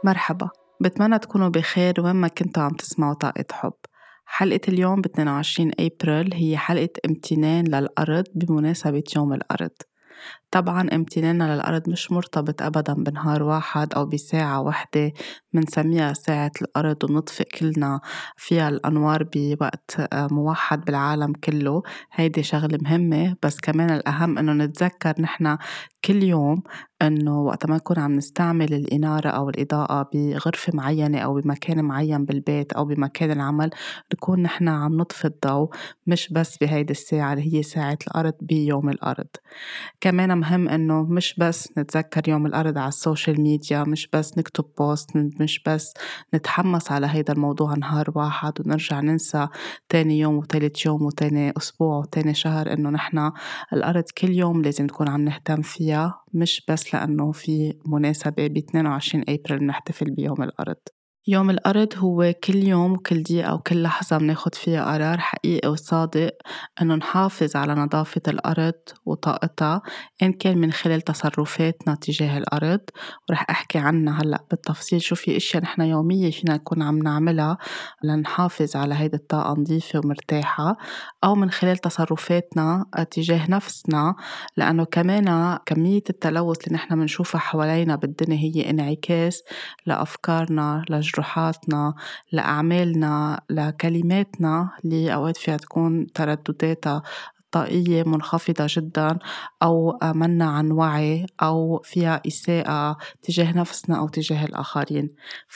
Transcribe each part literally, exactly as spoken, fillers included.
مرحبا، بتمنى تكونوا بخير وين ما كنتوا عم تسمعوا طاقة حب. حلقة اليوم ب اثنين وعشرين أبريل هي حلقة امتنان للأرض بمناسبة يوم الأرض. طبعاً امتناننا للأرض مش مرتبط أبداً بنهار واحد أو بساعة واحدة منسميها ساعة الأرض ونطفئ كلنا فيها الأنوار بوقت موحد بالعالم كله. هيدي شغلة مهمة، بس كمان الأهم أنه نتذكر نحنا كل يوم أنه وقت ما نكون عم نستعمل الإنارة أو الإضاءة بغرفة معينة أو بمكان معين بالبيت أو بمكان العمل، نكون نحنا عم نطفئ الضوء مش بس بهيدي الساعة اللي هي ساعة الأرض بيوم الأرض. كمان مهم إنه مش بس نتذكر يوم الأرض على السوشيال ميديا، مش بس نكتب بوست، مش بس نتحمس على هيدا الموضوع نهار واحد ونرجع ننسى تاني يوم وتالت يوم وتاني أسبوع وتاني شهر إنه نحنا الأرض كل يوم لازم نكون عم نهتم فيها، مش بس لأنه في مناسبة ب اثنين وعشرين أبريل نحتفل بيوم الأرض. يوم الأرض هو كل يوم وكل دقيقة وكل لحظة بناخد فيها قرار حقيقي وصادق أنه نحافظ على نظافة الأرض وطاقتها، إن كان من خلال تصرفاتنا تجاه الأرض، ورح أحكي عنها هلأ بالتفصيل شو في إشياء نحنا يوميا فينا نكون عم نعملها لنحافظ على هيدا الطاقة نظيفة ومرتاحة، أو من خلال تصرفاتنا تجاه نفسنا، لأنه كمان كمية التلوث اللي نحنا منشوفها حوالينا بالدنيا هي انعكاس لأفكارنا، لجروحاتنا، لأعمالنا، لكلماتنا اللي أوقات فيها تكون تردداتها طاقية منخفضة جدا أو منا عن وعي أو فيها إساءة تجاه نفسنا أو تجاه الآخرين.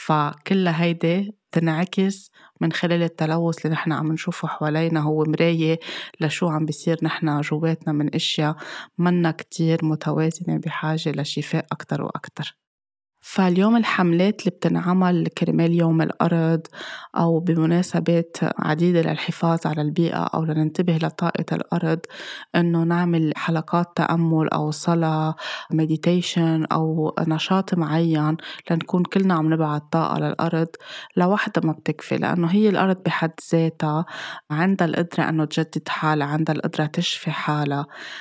فكل هيدا تنعكس من خلال التلوث اللي نحنا عم نشوفه حوالينا، هو مراية لشو عم بيصير نحنا جواتنا من إشياء منا كتير متوازنة بحاجة لشفاء أكتر وأكتر. فاليوم الحملات اللي بتنعمل كرمال يوم الأرض أو بمناسبات عديدة للحفاظ على البيئة أو لننتبه لطاقة الأرض، إنه نعمل حلقات تأمل أو صلاة مديتيشن أو نشاط معين لنكون كلنا عم نبعث طاقة للأرض، لوحدها ما بتكفي، لأنه هي الأرض بحد ذاتها عندها القدرة أنه تجدد حالها، عندها القدرة تشفي حالها.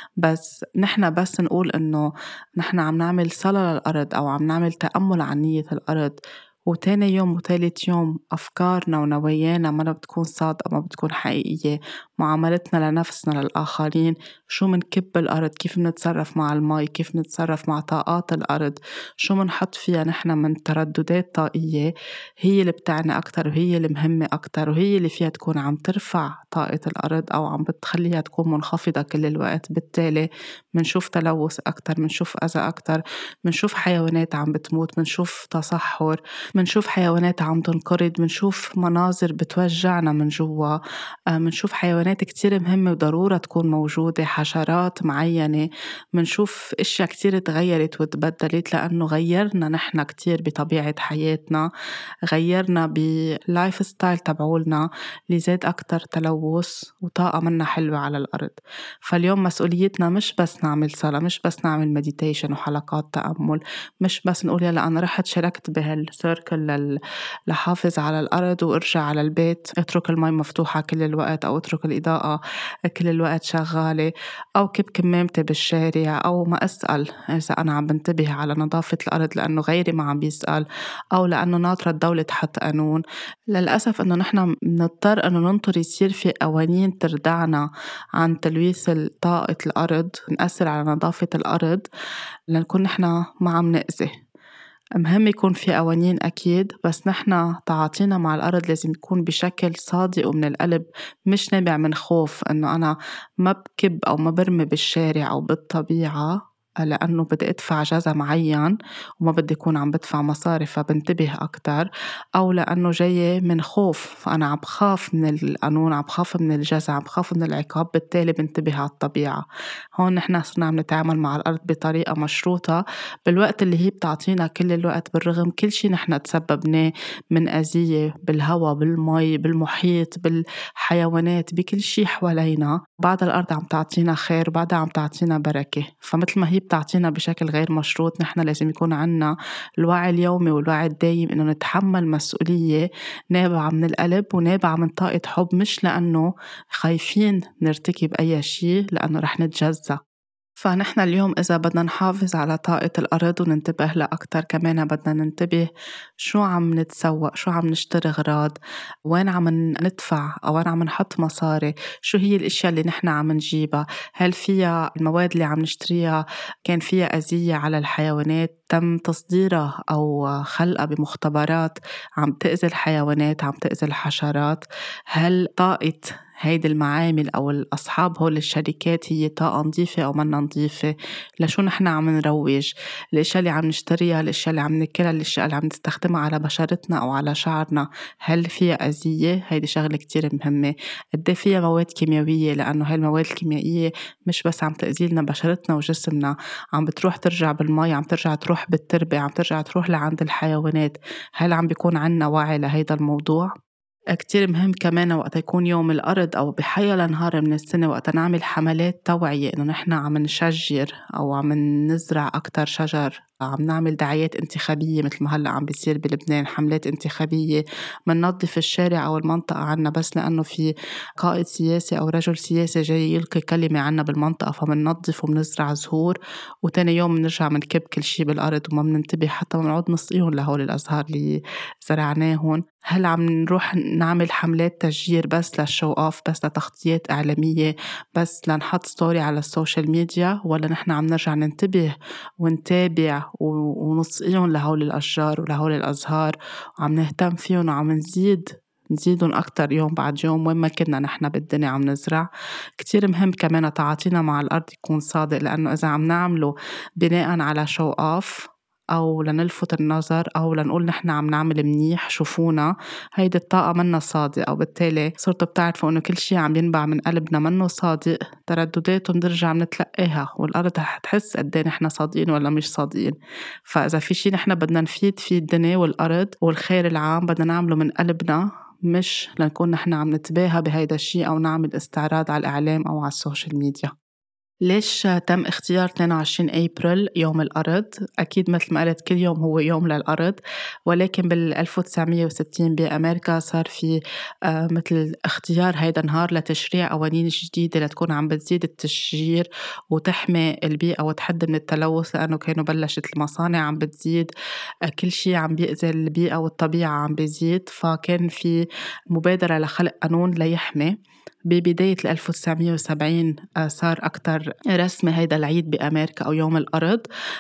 بس نحنا بس نقول إنه نحنا عم نعمل صلاة للأرض أو عم نعمل تأمل عن نية الأرض، وتاني يوم وتالت يوم أفكارنا ونوايانا ما بتكون صادقة، ما بتكون حقيقية، معاملتنا لنفسنا للآخرين، شو منكب الأرض، كيف منتصرف مع المي، كيف منتصرف مع طاقات الأرض، شو منحط فيها نحنا من ترددات طاقية، هي اللي بتعني أكتر وهي اللي مهمة أكتر وهي اللي فيها تكون عم ترفع طاقة الأرض أو عم بتخليها تكون منخفضة كل الوقت. بالتالي منشوف تلوث أكتر، منشوف أذى أكتر، منشوف حيوانات عم بتموت، منشوف تصحر، منشوف حيوانات عم تنقرض، منشوف مناظر بتوجعنا من جوا، منشوف حيوانات كتير مهمة وضرورة تكون موجودة، حشرات معينة، منشوف اشياء كتير تغيرت وتبدلت لأنه غيرنا نحنا كتير بطبيعة حياتنا، غيرنا بلايف ستايل تبعولنا لزاد أكتر تلوث وطاقة منا حلوة على الأرض. فاليوم مسؤوليتنا مش بس نعمل صلاة، مش بس نعمل مديتيشن وحلقات تأمل، مش بس نقول يلا أنا رحت شاركت بهالسيركل لل... لحافظ على الأرض وارجع على البيت اترك المي مفتوحة كل الوقت أو اترك الإضاءة كل الوقت شغالة أو كب كمامتي بالشارع أو ما أسأل إذا أنا عم بنتبه على نظافة الأرض لأنه غيري ما عم بيسأل أو لأنه ناطرة الدولة تحط قانون. للأسف أنه نحن نضطر أنه ننطر يصير في قوانين تردعنا عن تلويث طاقة الأرض، نأثر على نظافة الأرض لنكون نحنا ما عم نأذي. مهم يكون في قوانين أكيد، بس نحنا تعاطينا مع الأرض لازم يكون بشكل صادق ومن القلب، مش نابع من خوف أنه أنا ما بكب أو ما برمي بالشارع أو بالطبيعة لأنه بدي أدفع جزء معين وما بدي أكون عم بدفع مصاري فبنتبه أكتر، أو لأنه جاي من خوف فأنا عم بخاف من القانون، عم بخاف من الجزاء، عم بخاف من العقاب، بالتالي بنتبه على الطبيعة. هون نحن صرنا عم نتعامل مع الأرض بطريقة مشروطة بالوقت اللي هي بتعطينا كل الوقت بالرغم كل شي نحن تسببناه من أذية بالهواء بالمي بالمحيط بالحيوانات بكل شي حوالينا، بعد الأرض عم تعطينا خير، بعدها عم تعطينا بركة. فمثل ما هي بتعطينا بشكل غير مشروط، نحن لازم يكون عنا الوعي اليومي والوعي الدايم إنه نتحمل مسؤولية نابعة من القلب ونابعة من طاقة حب، مش لأنه خايفين نرتكب أي شيء لأنه رح نتجزأ. فنحن اليوم إذا بدنا نحافظ على طاقة الأرض وننتبه لها أكتر، كمان بدنا ننتبه شو عم نتسوق، شو عم نشتري غراض، وين عم ندفع أو وين عم نحط مصاري، شو هي الأشياء اللي نحن عم نجيبها، هل فيها المواد اللي عم نشتريها كان فيها أذية على الحيوانات، تم تصديرها أو خلقها بمختبرات عم تأذي الحيوانات، عم تأذي الحشرات. هل طاقة هيدي المعامل أو الأصحاب هول الشركات هي طاقة نظيفة أو منا نظيفة، لشو نحن عم نروج، الأشياء اللي عم نشتريها، الأشياء اللي عم ناكلها، الأشياء اللي عم نستخدمها على بشرتنا أو على شعرنا، هل فيها أذية؟ هيدي شغلة كتير مهمة. قد إيه فيها مواد كيميائية، لأنه هاي المواد الكيميائية مش بس عم تأذي لنا بشرتنا وجسمنا، عم بتروح ترجع بالمي، عم ترجع تروح بالتربة، عم ترجع تروح لعند الحيوانات. هل عم بيكون عنا وعي لهيدا الموضوع؟ كتير مهم كمان وقت يكون يوم الأرض أو بحيا لنهار من السنة، وقت نعمل حملات توعية إنه نحن عم نشجر أو عم نزرع أكتر شجر، عم نعمل دعايات انتخابية مثل ما هلأ عم بيصير بلبنان حملات انتخابية، مننظف الشارع أو المنطقة عنا بس لأنه في قائد سياسي أو رجل سياسي جاي يلقي كلمة عنا بالمنطقة فمننظف ومنزرع زهور، وتاني يوم منرجع منكب كل شي بالأرض وما مننتبه حتى منعود نسقيهم لهول الأزهار اللي زرعناهن. هل عم نروح نعمل حملات تشجير بس للشو أوف، بس لتغطيات إعلامية، بس لنحط ستوري على السوشيال ميديا، ولا نحن عم نرجع ننتبه ونتابع ونسقيهم لهول الأشجار ولهول الأزهار وعم نهتم فيهم وعم نزيد نزيدهم أكتر يوم بعد يوم وين ما كنا نحن بالدنيا عم نزرع. كتير مهم كمان تعاطينا مع الأرض يكون صادق، لأنه إذا عم نعمله بناء على شو أوف أو لنلفت النظر أو لنقول نحن عم نعمل منيح شوفونا، هيدي الطاقة منا صادقة، وبالتالي صرتوا بتعرفوا إنه كل شي عم ينبع من قلبنا منه صادق، تردداته بنرجع منتلقاها والأرض رح تحس قد ايه نحن صادقين ولا مش صادقين. فإذا في شي نحن بدنا نفيد فيه الدنيا والأرض والخير العام بدنا نعمله من قلبنا، مش لنكون نحن عم نتباهى بهيدا الشي أو نعمل استعراض على الإعلام أو على السوشيال ميديا. ليش تم اختيار اثنين وعشرين أبريل يوم الأرض؟ أكيد مثل ما قلت كل يوم هو يوم للأرض، ولكن بال ألف وتسعمية وستين بأمريكا صار في آه مثل اختيار هيدا النهار لتشريع قوانين جديدة لتكون عم بتزيد التشجير وتحمي البيئة وتحد من التلوث، لأنه كانوا بلشت المصانع عم بتزيد، آه كل شيء عم بيأذي البيئة والطبيعة عم بيزيد، فكان في مبادرة لخلق قانون ليحمي. ببداية ألف وتسعمية وسبعين صار أكتر رسمي هيدا العيد بأمريكا أو يوم الأرض،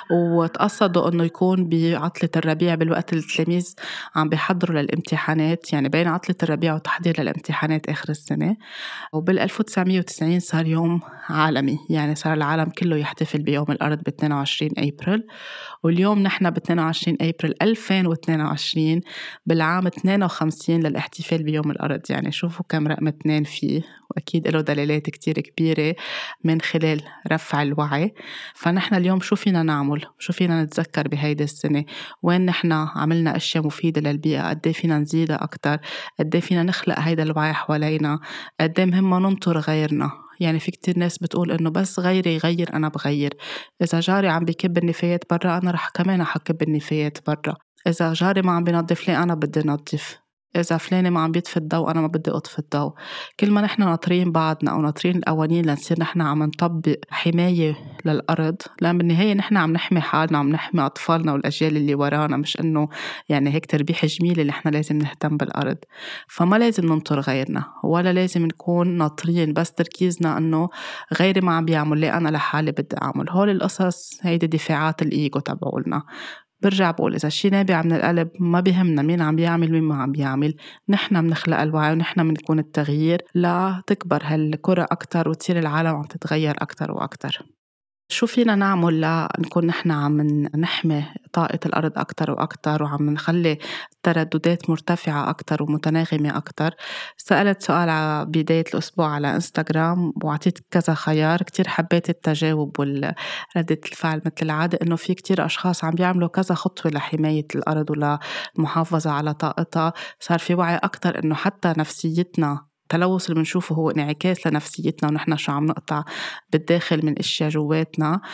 وتقصدوا أنه يكون بعطلة الربيع بالوقت اللي التلاميذ عم بيحضروا للامتحانات، يعني بين عطلة الربيع وتحضير للامتحانات آخر السنة. وبال ألف وتسعمية وتسعين صار يوم عالمي، يعني صار العالم كله يحتفل بيوم الأرض ب اثنين وعشرين أبريل. واليوم نحن ب اثنين وعشرين أبريل ألفين واثنين وعشرين بالعام اثنين وخمسين للاحتفال بيوم الأرض، يعني شوفوا كم رقم اثنين فيه، وأكيد له دلالات كتير كبيرة من خلال رفع الوعي. فنحن اليوم شو فينا نعمل؟ شو فينا نتذكر بهيدا السنة؟ وين نحن عملنا أشياء مفيدة للبيئة؟ قد ايه فينا نزيدها أكتر؟ قد ايه فينا نخلق هيدا الوعي حوالينا؟ قد ايه مهم ننطر غيرنا؟ يعني في كتير ناس بتقول إنه بس غيري يغير أنا بغير. إذا جاري عم بيكب النفايات برا أنا رح كمان أحكب النفايات برا. إذا جاري ما عم بينظف لي أنا بدي نظف. إذا فلانة ما عم بيطفي الضوء أنا ما بدي أطفي الضوء. كل ما نحن ناطرين بعضنا أو ناطرين القوانين لنصير نحن عم نطبق حماية للأرض، لأن بالنهاية نحن عم نحمي حالنا، عم نحمي أطفالنا والأجيال اللي ورانا، مش إنه يعني هيك تربيح جميل اللي نحن لازم نهتم بالأرض. فما لازم ننطر غيرنا ولا لازم نكون ناطرين بس تركيزنا إنه غيري ما عم بيعمل لي أنا لحالي بدي أعمل. هول القصص هيدي دفاعات الإيجو تبعولنا. برجع بقول إذا الشي نابع من القلب ما بيهمنا مين عم بيعمل مين ما عم بيعمل، نحن منخلق الوعي ونحن منكون التغيير لا تكبر هالكرة أكتر وتصير العالم عم تتغير أكتر وأكتر. شو فينا نعمل لنكون نحن عم نحمي طاقة الأرض أكتر وأكتر وعم نخلي الترددات مرتفعة أكتر ومتناغمة أكتر؟ سألت سؤال على بداية الأسبوع على إنستغرام وعطيت كذا خيار، كتير حبيت التجاوب والردة الفعل مثل العادة، إنه في كتير أشخاص عم بيعملوا كذا خطوة لحماية الأرض وللمحافظة على طاقتها. صار في وعي أكتر إنه حتى نفسيتنا التلوث اللي بنشوفه هو انعكاس لنفسيتنا ونحن شو عم نقطع بالداخل من اشياء جواتنا.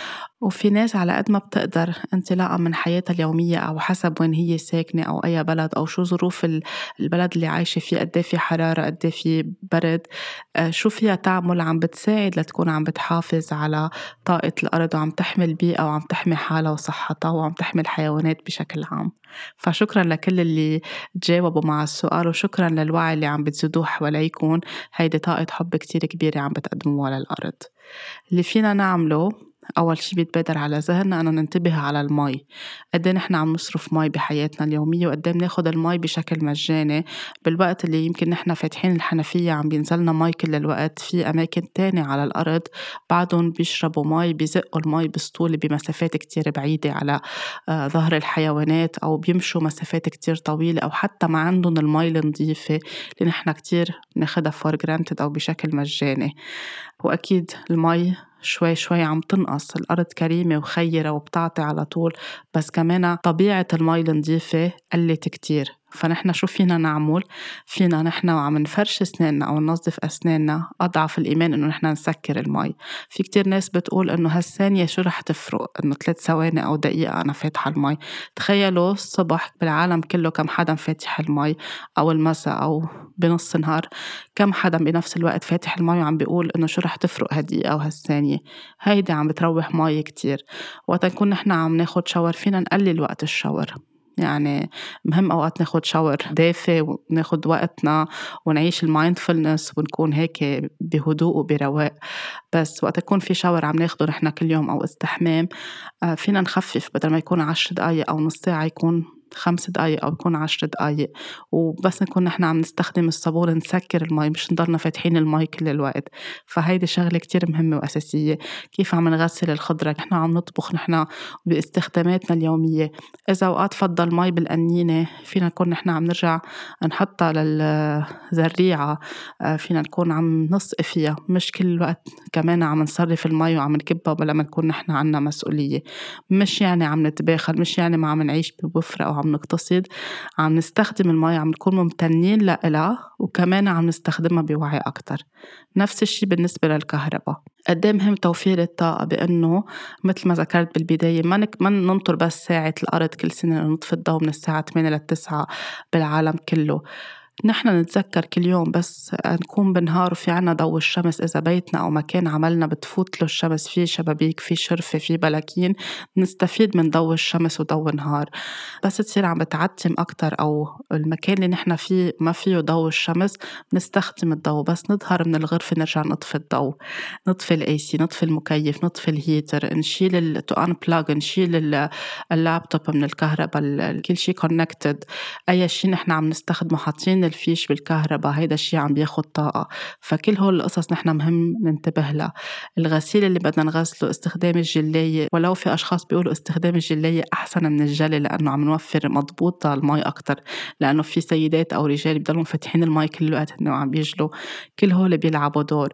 وفي ناس على قد ما بتقدر انطلاقا من حياتها اليومية أو حسب وين هي ساكنة أو أي بلد أو شو ظروف البلد اللي عايشة فيه، قد في حرارة قد في برد، شو فيها تعمل عم بتساعد لتكون عم بتحافظ على طاقة الأرض وعم تحمي البيئة وعم تحمي حالها وصحتها وعم تحمي الحيوانات بشكل عام. فشكرا لكل اللي تجاوبوا مع السؤال، وشكرا للوعي اللي عم بتزيدوه حواليكم. هيدي طاقة حب كتير كبيرة عم بتقدموها للأرض. اللي فينا نعمله أول شي بيتبادر على ذهننا أنه ننتبه على المي. قديه نحن عم نصرف مي بحياتنا اليومية، وقديه بناخد المي بشكل مجاني بالوقت اللي يمكن نحن فاتحين الحنفية عم بينزلنا مي كل الوقت. في أماكن تانية على الأرض بعضهم بيشربوا مي، بيزقوا المي بسطولة بمسافات كتير بعيدة على آه ظهر الحيوانات، أو بيمشوا مسافات كتير طويلة، أو حتى ما عندهم المي النظيفة اللي نحن كتير ناخدها for granted أو بشكل مجاني. وأكيد المي شوي شوي عم تنقص. الأرض كريمة وخيرة وبتعطي على طول، بس كمان طبيعة المي النظيفة قلت كتير. فنحن شو فينا نعمل؟ فينا نحن وعم نفرش أسناننا أو ننظف أسناننا أضعف الإيمان إنه نحن نسكر المي. في كتير ناس بتقول إنه هالثانية شو رح تفرق إنه ثلاث ثواني أو دقيقة أنا فاتحة المي. تخيلوا الصبح بالعالم كله كم حدا فاتح المي، أو المساء أو بنص النهار كم حدا بنفس الوقت فاتح المي وعم بيقول إنه شو رح تفرق هالدقيقة أو هالثانية. هيدا عم بتروح مي كتير. وقت نكون نحن عم ناخد شاور فينا نقلل وقت الشاور. يعني مهم أوقات ناخد شاور دافي وناخد وقتنا ونعيش المايندفولنس ونكون هيك بهدوء وبرواق. بس وقت يكون في شاور عم ناخده نحن كل يوم أو استحمام، فينا نخفف، بدل ما يكون عشر دقايق أو نص ساعة يكون خمس دقايق أو يكون عشر دقايق. وبس نكون نحن عم نستخدم الصابون نسكر المي، مش نضلنا فاتحين المي كل الوقت. فهيدي شغلة كتير مهمة وأساسية. كيف عم نغسل الخضرة نحن عم نطبخ نحن باستخداماتنا اليومية. إذا أوقات فضل مي بالقنينة، فينا نكون نحن عم نرجع نحطها للزريعة، فينا نكون عم نسقي فيها، مش كل الوقت كمان عم نصرف المي وعم نكبها بلا ما نكون نحن عنا مسؤولية. مش يعني عم نتباخر، مش يعني ما عم نعيش بوفرة أو عم نقتصد. عم نستخدم المي، عم نكون ممتنين لها، وكمان عم نستخدمها بوعي أكتر. نفس الشي بالنسبة للكهرباء. قد ايه مهم توفير الطاقة، بأنه مثل ما ذكرت بالبداية ما نك... ما ننطر بس ساعة الأرض كل سنة نطفي الضوء من الساعة ثمانية للتسعة بالعالم كله. نحن نتذكر كل يوم بس نكون بنهار وفي عنا ضوء الشمس. إذا بيتنا أو مكان عملنا بتفوت له الشمس، فيه شبابيك، فيه شرفة، فيه بلاكين، نستفيد من ضوء الشمس وضوء النهار. بس تصير عم بتعتم أكتر أو المكان اللي نحن فيه ما فيه ضوء الشمس، نستخدم الضوء. بس نظهر من الغرفة نرجع نطفي الضوء، نطفي الاي سي، نطفي المكيف، نطفي الهيتر، نشيل ال to unplug، نشيل اللابتوب من الكهرباء، كل شيء connected. أي شيء نحن عم نستخدمه حاطين الفيش بالكهرباء، هيدا الشيء عم بياخد طاقة. فكل هول القصص نحن مهم ننتبه لها. الغسيل اللي بدنا نغسله، استخدام الجلاية، ولو في أشخاص بيقولوا استخدام الجلاية أحسن من الجلي لأنه عم نوفر مضبوطة المي أكتر، لأنه في سيدات أو رجال بيضلوا فاتحين المي كل الوقت إنه عم بيجلوا. كل هول بيلعبوا دور.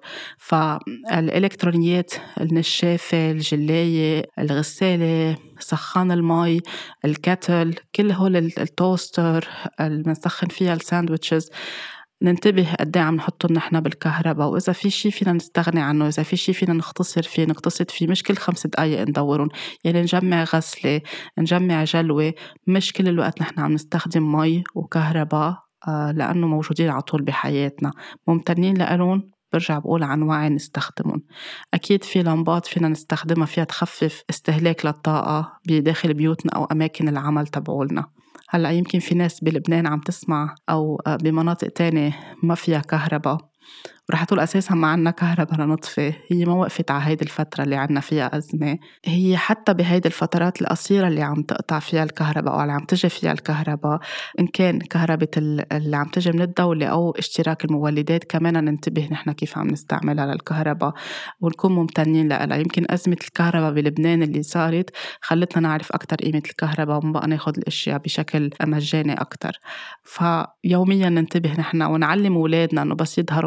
فالإلكترونيات، النشافة، الجلاية، الغسالة، سخان المي، الكاتل، كل هول التوستر اللي بنسخن فيها الساندويتشز، ننتبه قد ايه عم نحطهم نحن بالكهرباء. وإذا في شي فينا نستغني عنه، إذا في شي فينا نختصر فيه نقتصد فيه، مش كل خمس دقايق ندورن. يعني نجمع غسلة، نجمع جلوة، مش كل الوقت نحن عم نستخدم مي وكهرباء آه لأنه موجودين على طول بحياتنا، ممتنين لألون. برجع بقول عن وعي نستخدمهم. أكيد في لمبات فينا نستخدمها فيها تخفف استهلاك للطاقة بداخل بيوتنا أو أماكن العمل تبعولنا. هلأ يمكن في ناس بلبنان عم تسمع أو بمناطق تانية ما فيها كهرباء، ورح تقول أساساً ما عنا كهرباء لنطفي. هي ما وقفت على هيدي الفترة اللي عنا فيها أزمة، هي حتى بهيدي الفترات القصيرة اللي عم تقطع فيها الكهرباء أو اللي عم تجي فيها الكهرباء، إن كان كهرباء اللي عم تجي من الدولة أو اشتراك المولدات، كمان ننتبه نحن كيف عم نستعملها للكهرباء ونكون ممتنين لها. يمكن أزمة الكهرباء بلبنان اللي صارت خلتنا نعرف أكتر قيمة الكهرباء وما بقى ناخد الأشياء بشكل مجاني أكتر. فيوميا ننتبه نحن ونعلم أولادنا أنه بس يظهروا من الأوضة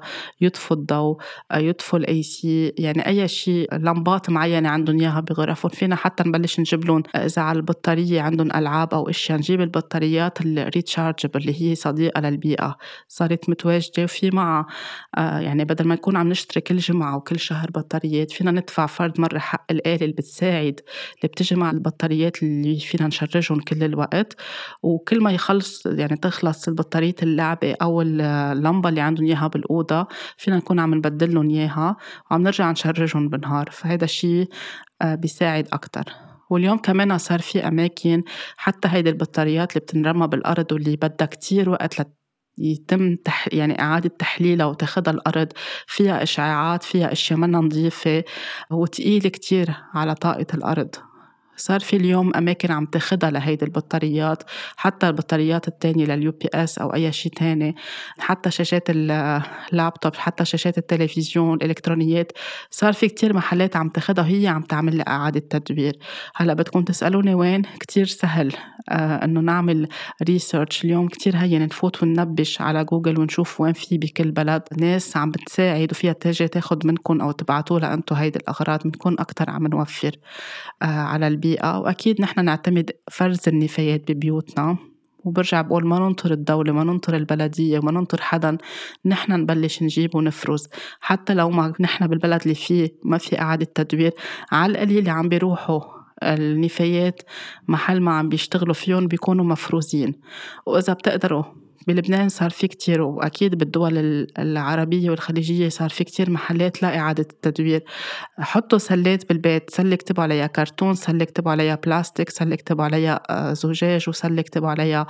يطفوا الضوء، يطفوا الاي سي، يعني اي شيء، لمبات معينه عندهم اياها بغرفهم. فينا حتى نبلش نجيب لهم اذا على البطاريه عندهم العاب او اشياء، نجيب البطاريات الريتشارجبل اللي هي صديقه للبيئه، صارت متواجده. وفي معها آه يعني بدل ما نكون عم نشتري كل جمعه وكل شهر بطاريات، فينا ندفع فرد مره حق الآلة اللي بتساعد اللي بتجي مع البطاريات اللي فينا نشرجهم كل الوقت. وكل ما يخلص يعني تخلص البطارية اللعبة أو اللمبة اللي عندهم إياها بالأوضة، فينا نكون عم نبدل لهم إياها وعم نرجع نشرجهم بالنهار. فهذا الشيء بيساعد أكتر. واليوم كمان صار في أماكن حتى هيدي البطاريات اللي بتنرمى بالأرض واللي بدها كتير وقت لت يتم تح... يعني إعادة تحليلها وتاخدها الأرض، فيها إشعاعات، فيها أشياء منا نظيفة وتقيلة كتير على طاقة الأرض. صار في اليوم أماكن عم تاخدها لهيدي البطاريات، حتى البطاريات التانية لليو بي اس أو أي شيء تاني، حتى شاشات اللابتوب، حتى شاشات التلفزيون، الإلكترونيات. صار في كتير محلات عم تاخدها وهي عم تعمل لها إعادة تدوير. هلأ بدكم تسألوني وين؟ كتير سهل آه إنه نعمل ريسيرش اليوم. كتير هين نفوت وننبش على جوجل ونشوف وين في بكل بلد ناس عم بتساعد وفيها تجي تاخد منكم أو تبعتوا لها أنتو هيدي الأغراض. بنكون أكتر عم نوفر آه على البيئة. وأكيد نحن نعتمد فرز النفايات ببيوتنا، وبرجع بقول ما ننطر الدولة، ما ننطر البلدية، وما ننطر حدا، نحن نبلش نجيب ونفرز. حتى لو ما نحن بالبلد اللي فيه ما في إعادة تدوير، على القليل عم بيروحوا النفايات محل ما عم بيشتغلوا فيهم بيكونوا مفروزين. وإذا بتقدروا بلبنان صار في كتير، وأكيد بالدول العربية والخليجية صار في كتير محلات لا إعادة التدوير. حطوا سلات بالبيت، سلة اكتبوا عليها كرتون، سلة اكتبوا عليها بلاستيك، سلة اكتبوا عليها زجاج، وسلة اكتبوا عليها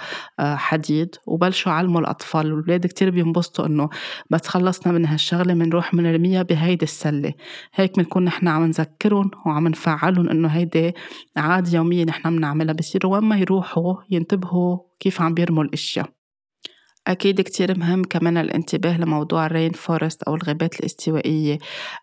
حديد، وبلشوا علموا الأطفال. والولاد كتير بينبسطوا إنه بس خلصنا من هالشغلة منروح منرميها بهيدي السلة. هيك بنكون نحن عم نذكرهم وعم نفعلهم إنه هيدي عادة يومية نحن بنعملها. بصيروا وين ما يروحوا ينتبهوا كيف عم بيرموا الأشياء. أكيد كتير مهم كمان الانتباه لموضوع الرين فورست أو الغابات الاستوائية.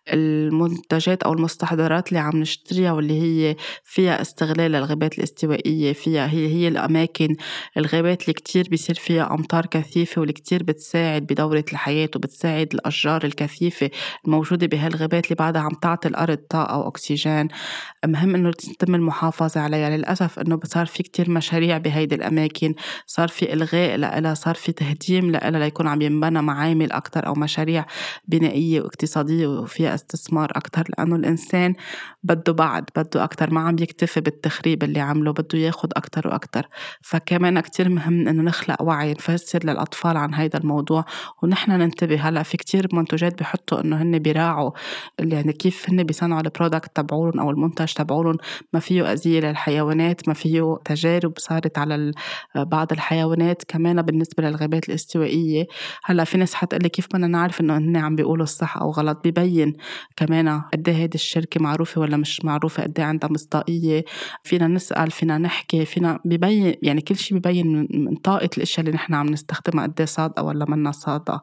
المنتجات أو المستحضرات اللي عم نشتريها واللي هي فيها استغلال الغابات الاستوائية، فيها هي هي الأماكن الغابات اللي كتير بيصير فيها أمطار كثيفة، واللي كتير بتساعد بدورة الحياة وبتساعد الأشجار الكثيفة الموجودة بهالغابات اللي بعدها عم تعطي الأرض طاقة وأكسجين. مهم إنه تتم المحافظة عليها. للأسف إنه صار في كتير مشاريع بهيدي الأماكن، صار في إلغاء لها، صار في تهديم لها ليكون عم ينبنى معامل أكتر أو مشاريع بنائية واقتصادية وفيها استثمار أكتر، لأنه الإنسان بده بعد بده أكتر، ما عم يكتفي بالتخريب اللي عمله، بده ياخد أكتر وأكتر. فكمان كتير مهم إنه نخلق وعي، نفسر للأطفال عن هيدا الموضوع ونحن ننتبه. هلأ في كتير منتجات بيحطوا إنه هن بيراعوا يعني كيف هن بيصنعوا البرودكت تبعولن أو المنتج تبعولن ما فيه أذية للحيوانات، ما فيه تجارب صارت على بعض الحيوانات. كمان بالنسبة للغابات الاستوائية هلا في ناس حتقلي كيف بدنا نعرف إنه هن عم بيقولوا الصح أو غلط؟ ببين كمان قد ايه هيدي الشركة معروفة ولا مش معروفة، قد ايه عندها مصداقية، فينا نسأل، فينا نحكي، فينا ببين يعني كل شيء ببين من طاقة الأشياء اللي نحن عم نستخدمها قد ايه صادقة ولا منا صادقة.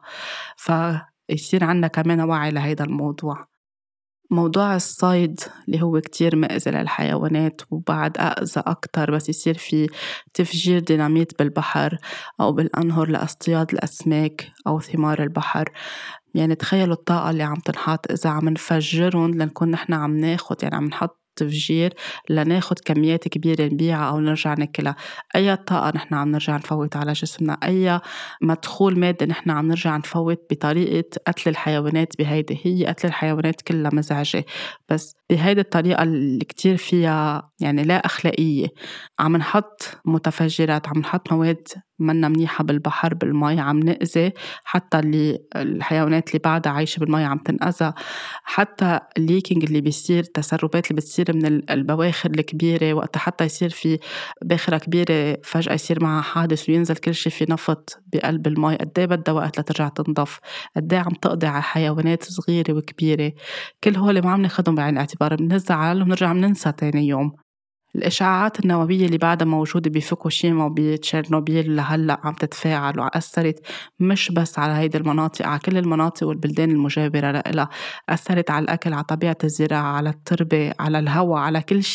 فيصير عندنا كمان وعي لهيدا الموضوع. موضوع الصيد اللي هو كتير مأذي للحيوانات وبعد أأذى أكتر بس يصير في تفجير ديناميت بالبحر أو بالأنهر لاصطياد الأسماك أو ثمار البحر. يعني تخيلوا الطاقة اللي عم تنحط إذا عم نفجرهم لنكون نحن عم ناخد، يعني عم نحط تفجير لناخد كميات كبيرة نبيعها أو نرجع ناكلها. أي طاقة نحن عم نرجع نفوت على جسمنا، أي مدخول مادة نحن عم نرجع نفوت بطريقة قتل الحيوانات. بهيدي هي قتل الحيوانات كلها مزعجة، بس بهيدي الطريقة اللي كتير فيها يعني لا أخلاقية. عم نحط متفجرات، عم نحط مواد منا منيحة بالبحر بالماء، عم نأذي حتى اللي الحيوانات اللي بعدها عايشة بالماء عم تنأذى. حتى الليكينج اللي بيصير، تسربات اللي بتصير من البواخر الكبيرة وقت حتى يصير في باخرة كبيرة فجأة يصير معها حادث وينزل كل شيء في نفط بقلب الماء، قد ايه بدها وقت لترجع تنضف، قد ايه عم تقضي على حيوانات صغيرة وكبيرة. كل هول ما عم ناخدهم بعين الاعتبار، بنزعل ونرجع بننسى تاني يوم. الإشعاعات النووية اللي بعدها موجودة بفوكوشيما وبتشيرنوبيل لهلأ عم تتفاعل وأثرت مش بس على هيدي المناطق، على كل المناطق والبلدان المجاورة لها. أثرت على الأكل، على طبيعة الزراعة، على التربة، على الهواء، على كل شيء.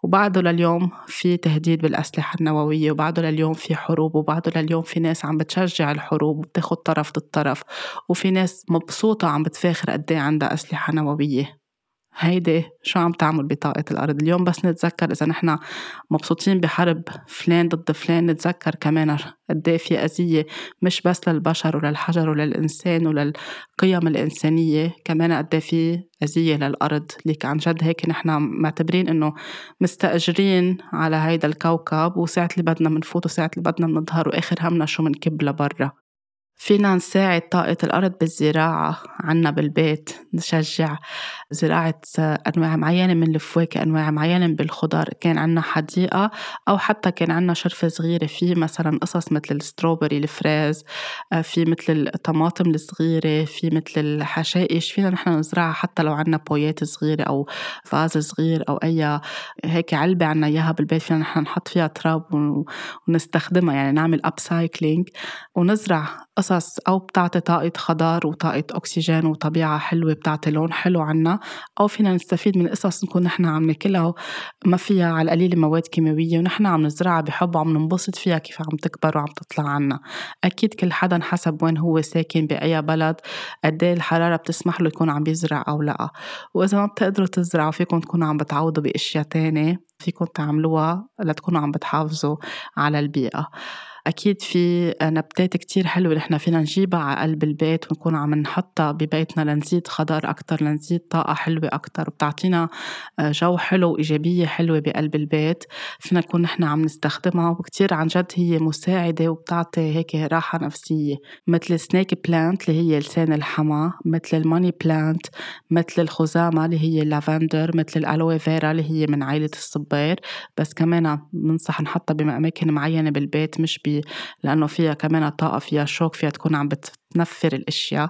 وبعده لليوم في تهديد بالأسلحة النووية، وبعده لليوم في حروب، وبعده لليوم في ناس عم بتشجع الحروب وبتاخد طرف ضد طرف، وفي ناس مبسوطة عم بتفاخر قد ايه عندها أسلحة نووية. هيدي شو عم تعمل بطاقة الأرض اليوم؟ بس نتذكر إذا نحنا مبسوطين بحرب فلان ضد فلان، نتذكر كمان قد ايه في أذية مش بس للبشر وللحجر وللإنسان وللقيم الإنسانية، كمان قد ايه في أذية للأرض. ليك عن جد هيك نحنا معتبرين إنه مستأجرين على هيدا الكوكب، وساعة اللي بدنا منفوت وساعة اللي بدنا منظهر، وآخر همنا شو منكب لبرا. فينا نساعد طاقة الأرض بالزراعة عنا بالبيت، نشجع زراعة أنواع معينة من الفواكه، أنواع معينة بالخضار. كان عنا حديقة أو حتى كان عنا شرفة صغيرة في مثلا قصص مثل الستروبري، الفريز، في مثل الطماطم الصغيرة، في مثل الحشائش، فينا نحن نزرعها حتى لو عنا بويات صغيرة أو فاز صغير أو أي هيك علبة عنا إياها بالبيت، فينا نحن نحط فيها تراب ونستخدمها، يعني نعمل أبسايكلينج ونزرع قصص أو بتعطي طاقة خضار وطاقة أكسجين وطبيعة حلوة، بتعطي لون حلو عنا. أو فينا نستفيد من قصص نكون نحن عم ناكلها ما فيها على القليل مواد كيماوية، ونحن عم نزرعها بحب وعم ننبسط فيها كيف عم تكبر وعم تطلع عنا. أكيد كل حدا حسب وين هو ساكن بأي بلد قد ايه الحرارة بتسمح له يكون عم بيزرع أو لا، وإذا ما بتقدروا تزرعوا فيكم تكونوا عم بتعوضوا بأشياء تانية فيكم تعملوها لتكونوا عم بتحافظوا على البيئة. أكيد في نباتات كتير حلوة نحن فينا نجيبها على قلب البيت ونكون عم نحطها ببيتنا لنزيد خضار أكتر، لنزيد طاقة حلوة أكتر، وبتعطينا جو حلو وإيجابية حلوة بقلب البيت. فينا نكون نحن عم نستخدمها، وكتير عن جد هي مساعدة وبتعطي هيك راحة نفسية. مثل السنيك بلانت اللي هي لسان الحما، مثل الماني بلانت، مثل الخزامة اللي هي اللافندر، مثل الألوي فيرا اللي هي من عائلة الصبير. بس كمان بننصح نحطها بأماكن معينة بالبيت، مش بي لأنه فيها كمان طاقة، فيها شوك، فيها تكون عم بتنفر الأشياء.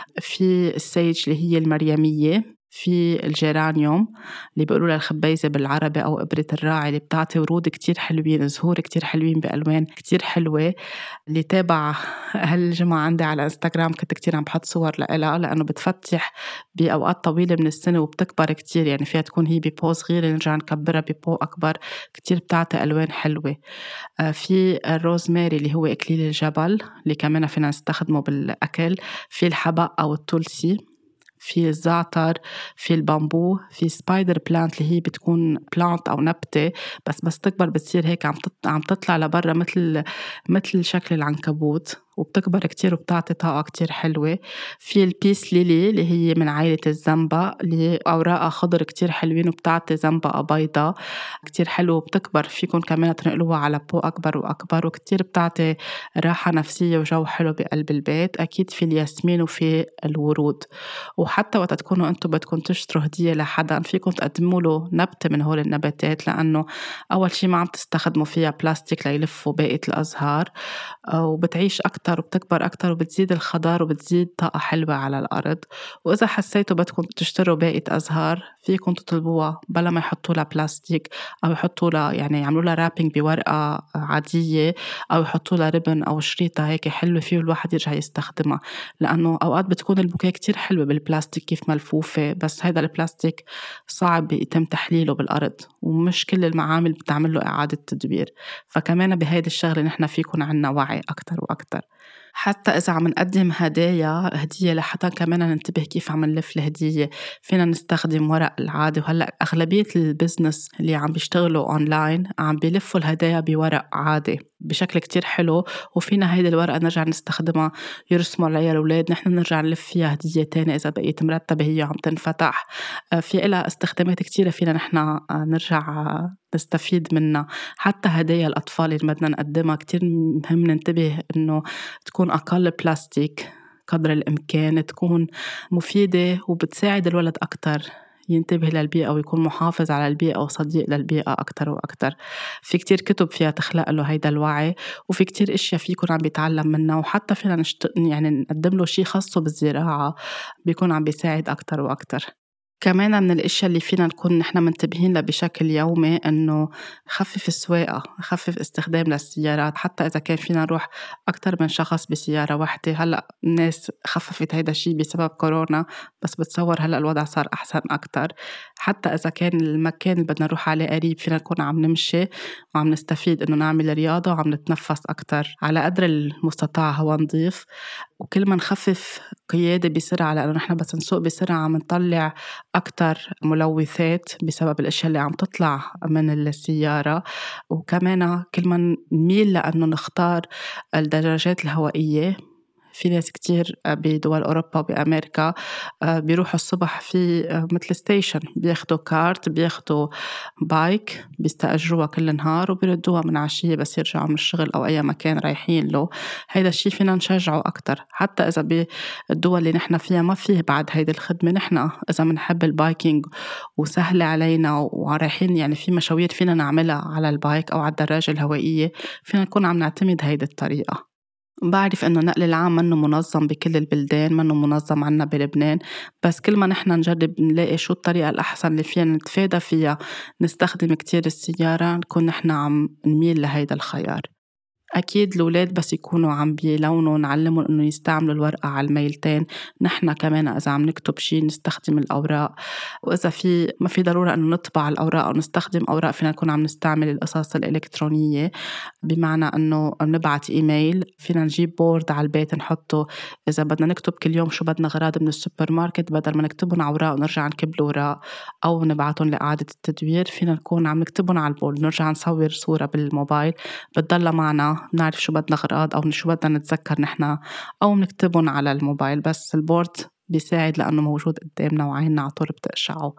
في السيج اللي هي المريمية، في الجيرانيوم اللي بيقولوا لها الخبيزة بالعربي أو إبرة الراعي، اللي بتعطي ورود كتير حلوين، زهور كتير حلوين بألوان كتير حلوة. اللي تابع هالجمعة عندي على انستغرام كنت كتير عم بحط صور لإلها، لأنه بتفتح بأوقات طويلة من السنة وبتكبر كتير، يعني فيها تكون هي ببو صغيرة نرجع نكبرها ببو أكبر، كتير بتعطي ألوان حلوة. في الروزماري اللي هو إكليل الجبل اللي كمان فينا نستخدمه بالأكل. في الحبق أو التولسي، في الزعتر، في البامبو، في سبايدر بلانت اللي هي بتكون بلانت أو نبتة بس بس تكبر بتصير هيك عم عم تطلع لبرا مثل مثل شكل العنكبوت، وبتكبر كتير وبتعطي طاقة كتير حلوة. في البيس ليلي اللي هي من عائلة الزنبق، اللي أوراقها خضر كتير حلوين وبتعطي زنبقة بيضة كتير حلوة وبتكبر، فيكن كمان تنقلوها على بو أكبر وأكبر، وكتير بتعطي راحة نفسية وجو حلو بقلب البيت. أكيد في الياسمين وفي الورود. وحتى وقت تكونوا أنتوا بدكم تشتروا هدية لحدا فيكم تقدموا له نبتة من هول النباتات، لأنه أول شي ما عم تستخدموا فيها بلاستيك ليلفوا باقي الأزهار، وبتعيش أكتر وبتكبر أكتر وبتزيد الخضار وبتزيد طاقة حلوة على الأرض. وإذا حسيتوا بدكم تشتروا باقي أزهار فيكم تطلبوها بلا ما يحطوا لها بلاستيك، أو يحطوا لها يعني يعملوا لها رابينج بورقة عادية، أو يحطوا لها ريبن أو شريطة هيك حلوة فيه الواحد يرجع يستخدمها. لأنه أوقات بتكون البوكيه كتير حلوة بالبلاستيك كيف ملفوفة، بس هيدا البلاستيك صعب يتم تحليله بالأرض، ومش كل المعامل بتعمل له إعادة تدوير. فكمان بهيدي الشغلة نحن فيكون عنا وعي أكتر وأكتر. حتى إذا عم نقدم هدايا هدية لحدا كمان ننتبه كيف عم نلف الهدية. فينا نستخدم ورق العادي، وهلأ أغلبية البزنس اللي عم بيشتغلوا أونلاين عم بيلفوا الهدايا بورق عادي بشكل كتير حلو، وفينا هيدي الورقة نرجع نستخدمها يرسموا عليها الأولاد، نحن نرجع نلف فيها هدية تانية إذا بقيت مرتبة هي عم تنفتح. في إلها استخدامات كتيرة فينا نحن نرجع نستفيد منها. حتى هدايا الأطفال اللي بدنا نقدمها كتير مهم ننتبه إنه تكون أقل بلاستيك قدر الإمكان، تكون مفيدة وبتساعد الولد أكتر ينتبه للبيئة ويكون محافظ على البيئة وصديق للبيئة أكتر وأكتر. في كتير كتب فيها تخلق له هيدا الوعي، وفي كتير إشياء فيه يكون عم بيتعلم منها، وحتى فينا نشت... يعني نقدم له شي خاصه بالزراعة بيكون عم بيساعد أكتر وأكتر. كمان من الاشياء اللي فينا نكون نحن منتبهين لها بشكل يومي انه خفف السواقه، خفف استخدام للسيارات، حتى اذا كان فينا نروح اكثر من شخص بسياره واحده. هلا الناس خففت هيدا الشيء بسبب كورونا، بس بتصور هلا الوضع صار احسن اكثر. حتى اذا كان المكان اللي بدنا نروح عليه قريب فينا نكون عم نمشي وعم نستفيد انه نعمل رياضه وعم نتنفس اكثر على قدر المستطاع، هوا نظيف. وكل ما نخفف قيادة بسرعة، لأنه نحن بس نسوق بسرعة عم نطلع أكتر ملوثات بسبب الأشياء اللي عم تطلع من السيارة. وكمان كل ما نميل لأنه نختار الدراجات الهوائية. في ناس كتير بدول أوروبا وبأمريكا بيروحوا الصبح في مثل ستيشن، بياخدوا كارت، بياخدوا بايك، بيستأجروها كل نهار وبيردوها من عشية بس يرجعوا من الشغل أو أي مكان رايحين له. هيدا الشي فينا نشجعه أكتر، حتى إذا بالدول اللي نحن فيها ما فيه بعد هيدا الخدمة. نحن إذا منحب البايكينج وسهل علينا ورايحين يعني في مشاوير فينا نعملها على البايك أو على الدراجة الهوائية، فينا نكون عم نعتمد هيدا الطريقة. بعرف إنه النقل العام منه منظم بكل البلدان، منه منظم عنا بلبنان، بس كل ما نحن نجرب نلاقي شو الطريقة الأحسن اللي فينا نتفادى فيها نستخدم كتير السيارة، نكون نحن عم نميل لهيدا الخيار. أكيد الأولاد بس يكونوا عم بيلونوا نعلمهم إنه يستعملوا الورقة على الميلتين. نحن كمان إذا عم نكتب شي نستخدم الأوراق، وإذا في ما في ضرورة إنه نطبع الأوراق أو نستخدم أوراق، فينا نكون عم نستعمل القصص الإلكترونية، بمعنى إنه نبعت إيميل. فينا نجيب بورد على البيت نحطه، إذا بدنا نكتب كل يوم شو بدنا غراض من السوبر ماركت، بدل ما نكتبهم على أوراق ونرجع نكب الأوراق أو نبعتهم لإعادة التدوير، فينا نكون عم نكتبهم على البورد، نرجع نصور صورة بالموبايل بتضل معنا، بنعرف شو بدنا غراض أو شو بدنا نتذكر نحنا، أو نكتبهم على الموبايل. بس البورد بيساعد لأنه موجود قدامنا وعيننا عطور بتقشعه.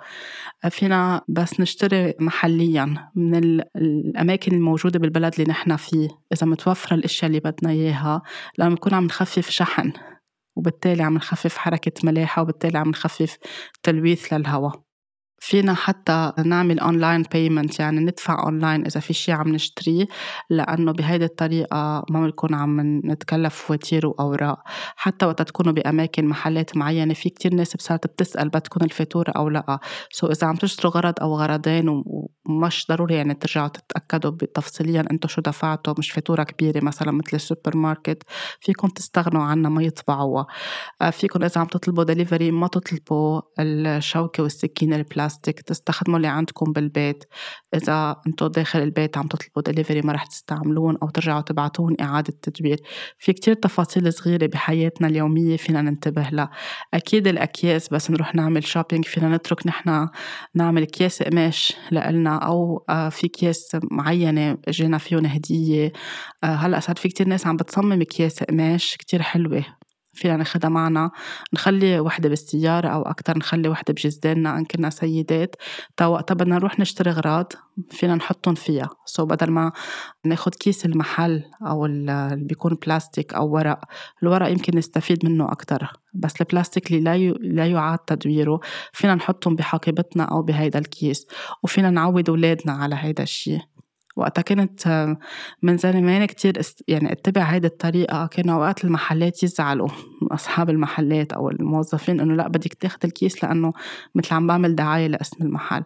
فينا بس نشتري محليا من الأماكن الموجودة بالبلد اللي نحنا فيه إذا متوفرة الأشياء اللي بدنا إياها، لأنه نكون عم نخفف شحن، وبالتالي عم نخفف حركة ملاحة، وبالتالي عم نخفف تلويث للهواء. فينا حتى نعمل أونلاين بيمنت، يعني ندفع أونلاين إذا في شي عم نشتريه، لأنه بهيدي الطريقة ما بنكون عم نتكلف فواتير وأوراق. حتى وقت تكونوا بأماكن محلات معينة، في كتير ناس بصارت بتسأل بدكن الفاتورة أو لأ. سو إذا عم تشتروا غرض أو غرضين ومش ضروري يعني ترجعوا تتأكدوا تفصيليا أنتوا شو دفعتوا، مش فاتورة كبيرة مثلا مثل السوبر ماركت، فيكم تستغنوا عنها ما يطبعوها. فيكم إذا عم تطلبوا دليفري ما تطلبوا الشوكة والسكينة البلاستيك، تستخدموا اللي عندكم بالبيت. إذا أنتوا داخل البيت عم تطلبوا دليفري ما رح تستعملون أو ترجعوا تبعتون إعادة تدوير. في كتير تفاصيل صغيرة بحياتنا اليومية فينا ننتبه لها. أكيد الأكياس بس نروح نعمل شوبينج فينا نترك نحنا نعمل كياس قماش لإلنا، أو في كياس معينة جينا فيهم هدية. هلأ صار في كتير ناس عم بتصمم كياس قماش كتير حلوة، فينا ناخدها معنا، نخلي وحدة بالسيارة أو أكتر نخلي وحدة بجزداننا إن كنا سيدات، تا وقتا بدنا نروح نشتري غراض فينا نحطهم فيها. سو بدل ما ناخد كيس المحل أو اللي بيكون بلاستيك أو ورق، الورق يمكن نستفيد منه أكتر، بس البلاستيك اللي لا ي... لا يعاد تدويره فينا نحطهم بحقيبتنا أو بهيدا الكيس، وفينا نعود أولادنا على هيدا الشي. وقتها كنت من زمان كتير است... يعني اتبع هيدا الطريقة، كانوا أوقات المحلات يزعلوا أصحاب المحلات أو الموظفين إنه لأ بدك تاخد الكيس لأنه مثل عم بعمل دعاية لاسم المحل.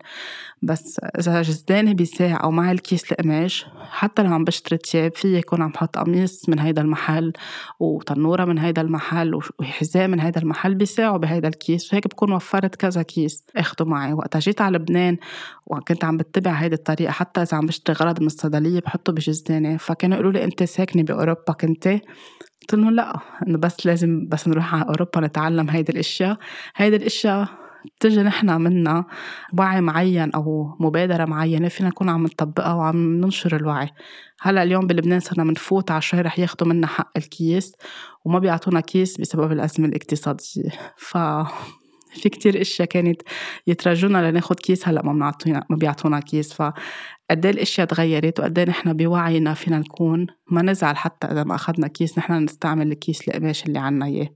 بس إذا جزداني بساع أو مع الكيس القماش، حتى لو عم بشتري تياب فيه يكون عم حط قميص من هيدا المحل وطنورة من هيدا المحل وحذاء من هيدا المحل بيساعوا بهيدا الكيس، وهيك بكون وفرت كذا كيس اخده معي. وقت جيت على لبنان وكنت عم بتبع هيدا الطريقة، حتى إذا عم بشتري غرض من الصيدلية بحطه بجزداني، فكانوا يقولوا لي أنت ساكنة بأوروبا كنت؟ قلت لهم لا، إنه بس لازم بس نروح على أوروبا نتعلم هيدا الأشياء. هيدا الأشياء تجي نحنا منا وعي معين أو مبادرة معينة فينا نكون عم نطبقها وعم ننشر الوعي. هلأ اليوم بلبنان صرنا منفوت على شوي رح ياخدوا منا حق الكيس وما بيعطونا كيس بسبب الأزمة الاقتصادية. ف في كتير اشياء كانت يترجونا لناخد كيس، هلا ما بنعطينا ما بيعطونا كيس. فقد ايه الاشياء تغيرت وقد ايه نحن بوعينا فينا نكون ما نزعل حتى اذا ما اخذنا كيس، نحن نستعمل الكيس القماش اللي عنا اياه.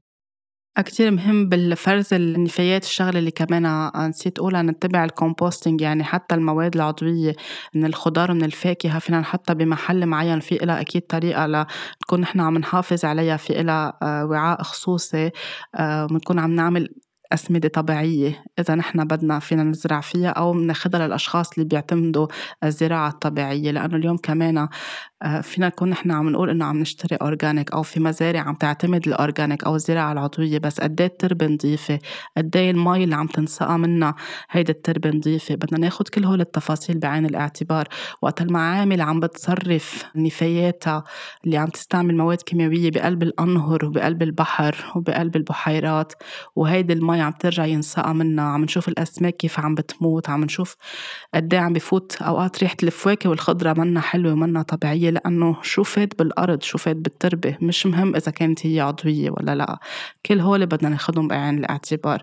كتير مهم بالفرز النفايات الشغلة اللي كمان نسيت أقولها، نتبع الكومبوستينج، يعني حتى المواد العضوية من الخضار ومن الفاكهة فينا نحطها بمحل معين، في إلها أكيد طريقة لنكون نحن عم نحافظ عليها، في إلها وعاء خصوصي بنكون عم نعمل أسمدة طبيعية إذا نحن بدنا فينا نزرع فيها، أو ناخدها للأشخاص اللي بيعتمدوا الزراعة الطبيعية. لأنه اليوم كمان فينا نكون نحن عم نقول إنه عم نشتري أورجانيك، أو في مزارع عم تعتمد الأورجانيك أو الزراعة العضوية، بس قديه التربة نظيفة، قديه المي اللي عم تنسقى منها هيدا التربة نظيفة. بدنا ناخد كل هول التفاصيل بعين الاعتبار وقت المعامل عم بتصرف نفاياتها اللي عم تستعمل مواد كيماوية بقلب الأنهر وبقلب البحر وبقلب البحيرات، وهيدي المي عم ترجع ينسقى منها. عم نشوف الأسماك كيف عم بتموت، عم نشوف قديه عم بفوت أوقات ريحة الفواكه والخضرة منا حلوة ومنا طبيعية، لأنه شو فات بالأرض، شو فات بالتربة، مش مهم إذا كانت هي عضوية ولا لا. كل هول بدنا ناخدهم بعين الاعتبار.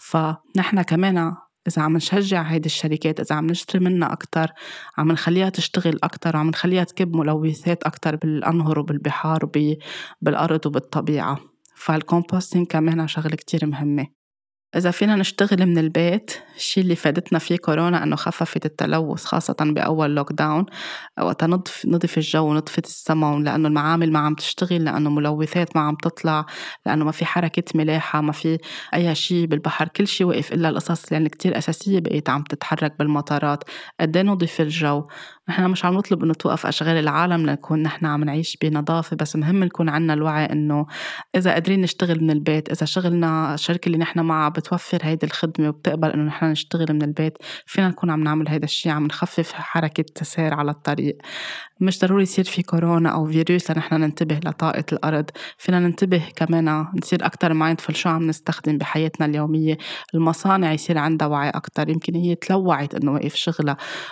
فنحن كمان إذا عم نشجع هيدي الشركات، إذا عم نشتري منها أكتر، عم نخليها تشتغل أكتر، وعم نخليها تكب ملوثات أكتر بالأنهر وبالبحار وبالأرض وبالطبيعة. فالكومبوستينج كمان شغلة كتير مهمة. إذا فينا نشتغل من البيت، الشيء اللي فادتنا فيه كورونا أنه خففت التلوث، خاصة بأول لوك داون وقت نضف نضف الجو ونطفت السما، لأنه المعامل ما عم تشتغل، لأنه ملوثات ما عم تطلع، لأنه ما في حركة ملاحة، ما في أي شيء بالبحر، كل شيء وقف إلا القصص يعني كتير أساسية بقيت عم تتحرك بالمطارات. قديه نضف الجو. نحن مش عم نطلب إنه توقف أشغال العالم لنكون نحن عم نعيش بنظافة، بس مهم نكون عنا الوعي إنه إذا قادرين نشتغل من البيت، إذا شغلنا الشركة اللي نحن معها بتوفر هيدي الخدمة وبتقبل إنه نحن نشتغل من البيت، فينا نكون عم نعمل هيدا الشيء، عم نخفف حركة تسير على الطريق. مش ضروري يصير في كورونا أو فيروس لنحن ننتبه لطاقة الأرض. فينا ننتبه كمان نصير أكتر مايندفul شو عم نستخدم بحياتنا اليومية. المصانع يصير عندها وعي أكتر، يمكن هي تلوعت إنه وقف شغلها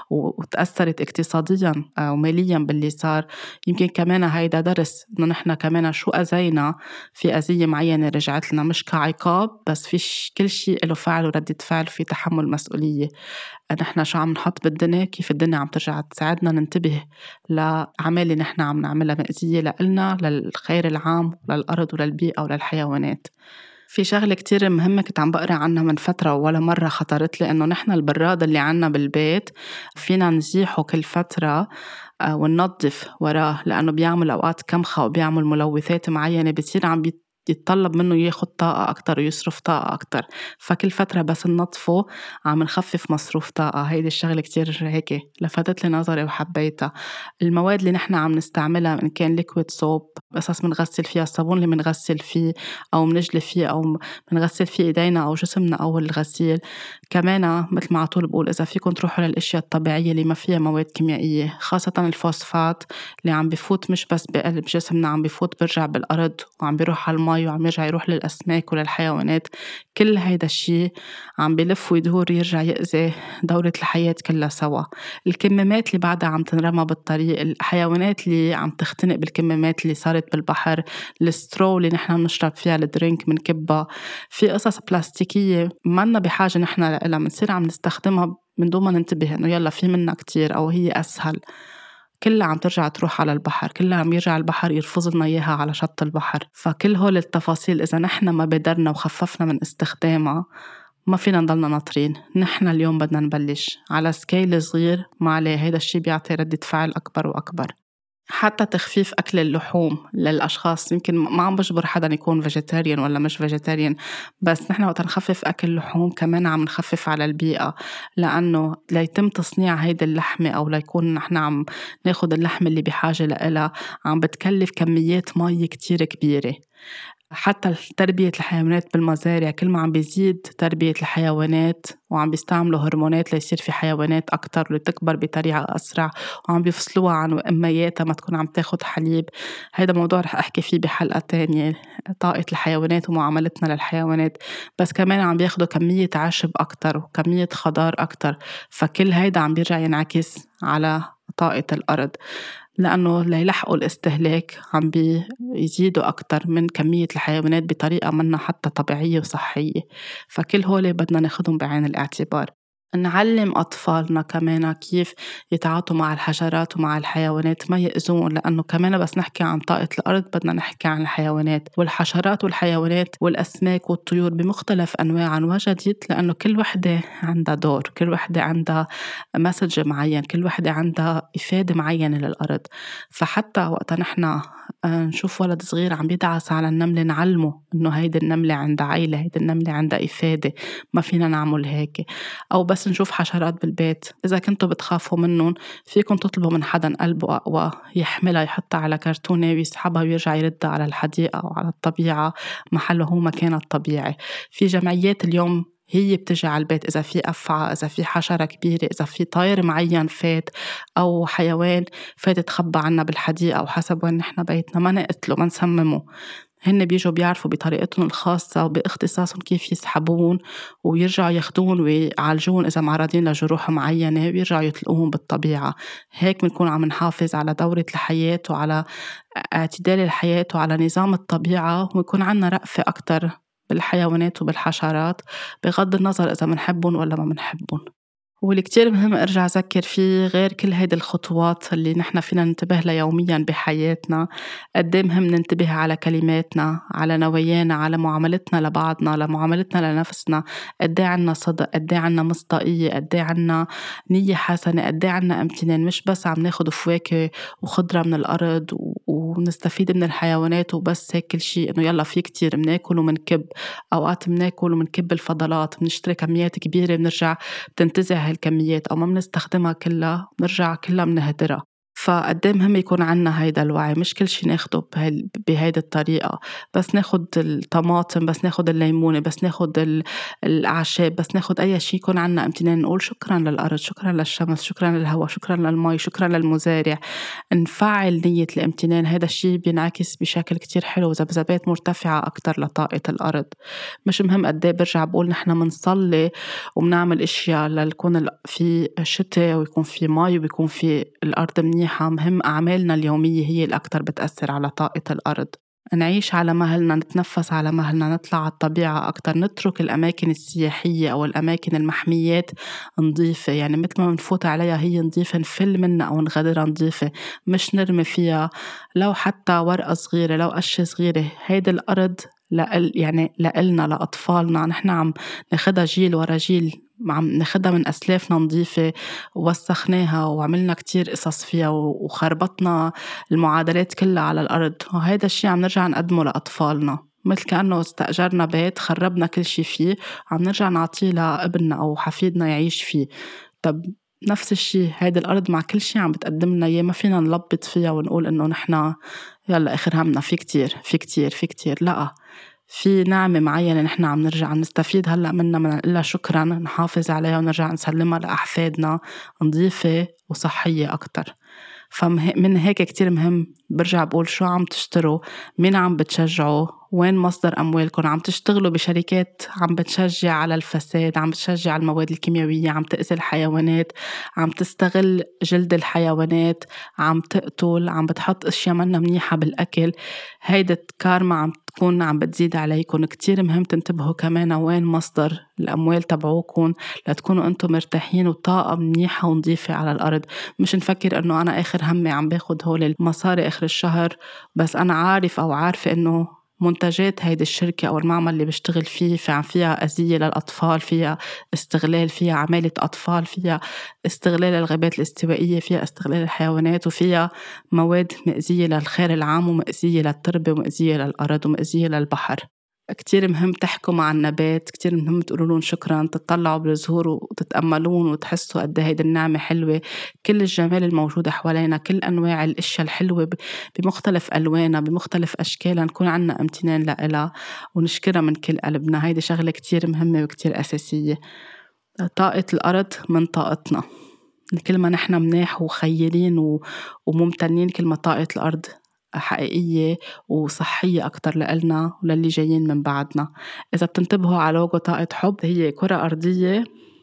وتأثرت اقتصاديا وماليا باللي صار. يمكن كمان هيدا درس إنه نحن كمان شو أذينا في أذية معينة رجعت لنا، مش كعقاب بس في كل شيء له فعل وردة فعل، في تحمل مسؤولية. نحن شو عم نحط بالدنيا، كيف الدنيا عم ترجع تساعدنا ننتبه لأعمال اللي نحن عم نعملها مأذية لإلنا، للخير العام، للأرض وللبيئة وللحيوانات. في شغلة كتير مهمة كنت عم بقرأ عنها من فترة ولا مرة خطرت لي، إنه نحن البراد اللي عنا بالبيت فينا نزيحه كل فترة وننظف وراه، لأنه بيعمل أوقات كمخة وبيعمل ملوثات معينة بتصير عم بيت يتطلب منه ياخد طاقة أكتر ويصرف طاقة أكتر. فكل فترة بس ننظفه عم نخفف مصروف طاقة. هيدي الشغلة كتير هيك لفتت لي نظري وحبيتها. المواد اللي نحن عم نستعملها إن كان ليكويد صوب، قصص منغسل فيها، الصابون اللي منغسل فيه أو منجلي فيه أو منغسل فيه إيدينا أو جسمنا أو الغسيل، كمان مثل ما عطول بقول إذا فيكم تروحوا للأشياء الطبيعية اللي ما فيها مواد كيميائية، خاصة الفوسفات اللي عم بفوت مش بس بقلب جسمنا، عم بفوت برجع بالأرض وعم بيروح على المي وعم يرجع يروح للأسماك وللحيوانات. كل هيدا الشيء عم بلف ويدور يرجع يأذي دورة الحياة كلها سوا. الكمامات اللي بعدها عم تنرمى بالطريق، الحيوانات اللي عم تختنق بالكمامات اللي صارت بالبحر، السترو اللي نحن بنشرب فيها الدرينك من كبة، في قصص بلاستيكية منا بحاجة نحن لها منصير عم نستخدمها من دون ما ننتبه إنه يلا في منها كتير أو هي أسهل، كلها عم ترجع تروح على البحر، كلها عم يرجع البحر يرفض لنا إياها على شط البحر. فكل هول التفاصيل إذا نحن ما بدرنا وخففنا من استخدامها ما فينا نضلنا ناطرين. نحن اليوم بدنا نبلش على سكيل صغير، ما عليه هيدا الشي بيعطي ردة فعل أكبر وأكبر. حتى تخفيف أكل اللحوم للأشخاص، يمكن ما عم بجبر حدا يكون فيجيتاريان ولا مش فيجيتاريان، بس نحن وقت نخفف أكل اللحوم كمان عم نخفف على البيئة، لأنه ليتم تصنيع هيدا اللحمة أو ليكون نحن عم ناخد اللحمة اللي بحاجة لإلها عم بتكلف كميات مي كتير كبيرة. حتى تربية الحيوانات بالمزارع كل ما عم بيزيد تربية الحيوانات وعم بيستعملوا هرمونات ليصير في حيوانات أكتر لتكبر بطريقة أسرع، وعم بيفصلوها عن أمياتها ما تكون عم تاخد حليب. هيدا موضوع رح أحكي فيه بحلقة تانية، طاقة الحيوانات ومعاملتنا للحيوانات. بس كمان عم بياخدوا كمية عشب أكتر وكمية خضار أكتر، فكل هيدا عم بيرجع ينعكس على طاقة الأرض، لأنه ليلحقوا الاستهلاك عم بيزيدوا أكتر من كمية الحيوانات بطريقة منا حتى طبيعية وصحية. فكل هولي بدنا ناخدهم بعين الاعتبار. نعلم أطفالنا كمان كيف يتعاطوا مع الحشرات ومع الحيوانات، ما يأذون، لأنه كمان بس نحكي عن طاقة الأرض بدنا نحكي عن الحيوانات والحشرات والحيوانات والأسماك والطيور بمختلف أنواعها وجديد، لأنه كل وحدة عندها دور، كل وحدة عندها مسج معين، كل وحدة عندها إفادة معينة للأرض. فحتى وقتا نحنا نشوف ولد صغير عم يدعس على النملة نعلمه إنه هيدي النملة عندها عيلة، هيدي النملة عندها إفادة، ما فينا نعمل هيك. أو بس نشوف حشرات بالبيت، إذا كنتوا بتخافوا منهم فيكن تطلبوا من حدا قلبه أقوى يحملها يحطها على كرتونة ويسحبها ويرجع يردها على الحديقة أو على الطبيعة محله هو مكانها الطبيعي. في جمعيات اليوم هي بتجي على البيت إذا في أفعى، إذا في حشرة كبيرة، إذا في طائر معين فات أو حيوان فات تخبى عنا بالحديقة أو حسب وين نحن بيتنا، ما نقتله ما نسممه. هن بيجوا بيعرفوا بطريقتهم الخاصة وباختصاصهم كيف يسحبون ويرجعوا ياخدون ويعالجون إذا معرضين لجروح معينة ويرجعوا يطلقوهم بالطبيعة. هيك بنكون عم نحافظ على دورة الحياة وعلى اعتدال الحياة وعلى نظام الطبيعة، ويكون عنا رأفة أكتر بالحيوانات وبالحشرات بغض النظر إذا منحبهم ولا ما منحبهم. واللي كتير مهم أرجع أذكر فيه غير كل هيدي الخطوات اللي نحن فينا ننتبه لها يومياً بحياتنا، قد مهم ننتبه على كلماتنا، على نوايانا، على معاملتنا لبعضنا، لمعاملتنا لنفسنا. قد عنا صدق، قد عنا مصداقية، قد عنا نية حسنة، قد عنا امتنان، مش بس عم ناخد فواكه وخضرة من الأرض ونستفيد من الحيوانات وبس هيك كل شيء إنه يلا في كتير مناكل ومنكب. أوقات مناكل ومنكب الفضلات، بنشتري كميات كبيرة بنرجع بتنتزع هالكميات أو ما بنستخدمها كلها بنرجع كلها بنهدرها. فقد مهم يكون عنا هيدا الوعي، مش كل شي ناخده بهيدا الطريقة، بس ناخد الطماطم، بس ناخد الليمونة، بس ناخد الأعشاب، بس ناخد أي شي يكون عنا امتنان نقول شكرا للأرض، شكرا للشمس، شكرا للهواء، شكرا للمي، شكرا للمزارع. نفعل نية الامتنان، هيدا الشي بينعكس بشكل كتير حلو وذبذبات مرتفعة أكتر لطاقة الأرض. مش مهم قد ايه برجع بقول نحنا منصلي ومنعمل اشياء ليكون في شتاء ويكون في مي ويكون في الارض منيحه، مهم اعمالنا اليوميه هي الاكثر بتاثر على طاقه الارض. نعيش على مهلنا، نتنفس على مهلنا، نطلع على الطبيعة أكتر، نترك الأماكن السياحية أو الأماكن المحميات نظيفة، يعني مثل ما نفوت عليها هي نظيفة نفل منها أو نغادرها نظيفة، مش نرمي فيها لو حتى ورقة صغيرة، لو قشة صغيرة. هيدي الأرض لأل يعني لإلنا لأطفالنا، نحن عم ناخدها جيل ورا جيل، عم ناخدها من أسلافنا نظيفة ووسخناها وعملنا كتير قصص فيها وخربطنا المعادلات كلها على الأرض، وهيدا الشي عم نرجع نقدمه لأطفالنا مثل كأنه استأجرنا بيت خربنا كل شي فيه عم نرجع نعطيه لابننا أو حفيدنا يعيش فيه. طب نفس الشي هيدا الأرض مع كل شي عم بتقدم لنا إياه، ما فينا نلبط فيها ونقول إنه نحنا يلا آخر همنا في كتير في كتير في كتير. لأ، في نعمة معينة نحن عم نرجع نستفيد هلأ منها، من إلا شكرا نحافظ عليها ونرجع نسلمها لأحفادنا نظيفة وصحية أكتر. فمن هيك كتير مهم برجع بقول شو عم تشتروا، مين عم بتشجعوا، وين مصدر أموالكم. عم تشتغلوا بشركات عم بتشجع على الفساد، عم بتشجع على المواد الكيميائية، عم تأذي الحيوانات، عم تستغل جلد الحيوانات، عم تقتل، عم بتحط اشياء منا منيحة بالأكل. هيدا الكارما عم تكون عم بتزيد عليكم. كتير مهم تنتبهوا كمان وين مصدر الأموال تبعوكم لتكونوا أنتم مرتاحين وطاقة منيحة ونظيفة على الأرض. مش نفكر أنه أنا آخر همي عم باخد هول المصاري آخر الشهر، بس أنا عارف أو عارفة أنه منتجات هيدي الشركة أو المعمل اللي بشتغل فيه فيها أذية للأطفال، فيها استغلال، فيها عمالة أطفال، فيها استغلال الغابات الاستوائية، فيها استغلال الحيوانات، وفيها مواد مؤذية للخير العام ومؤذية للتربة ومؤذية للأرض ومؤذية للبحر. كتير مهم تحكوا مع النبات، كتير مهم تقولوا لهم شكرا، تطلعوا بالزهور وتتأملون وتحسوا قد هيدي النعمة حلوة. كل الجمال الموجود حوالينا، كل أنواع الأشياء الحلوة بمختلف ألوانها بمختلف أشكالها، نكون عنا امتنان لها ونشكرها من كل قلبنا. هيدي شغلة كتير مهمة وكتير أساسية. طاقة الأرض من طاقتنا، كل ما نحن مناح وخيرين وممتنين كل ما طاقة الأرض حقيقية وصحية أكتر لإلنا وللي جايين من بعدنا. إذا بتنتبهوا على لوجو طاقة حب، هي كرة أرضية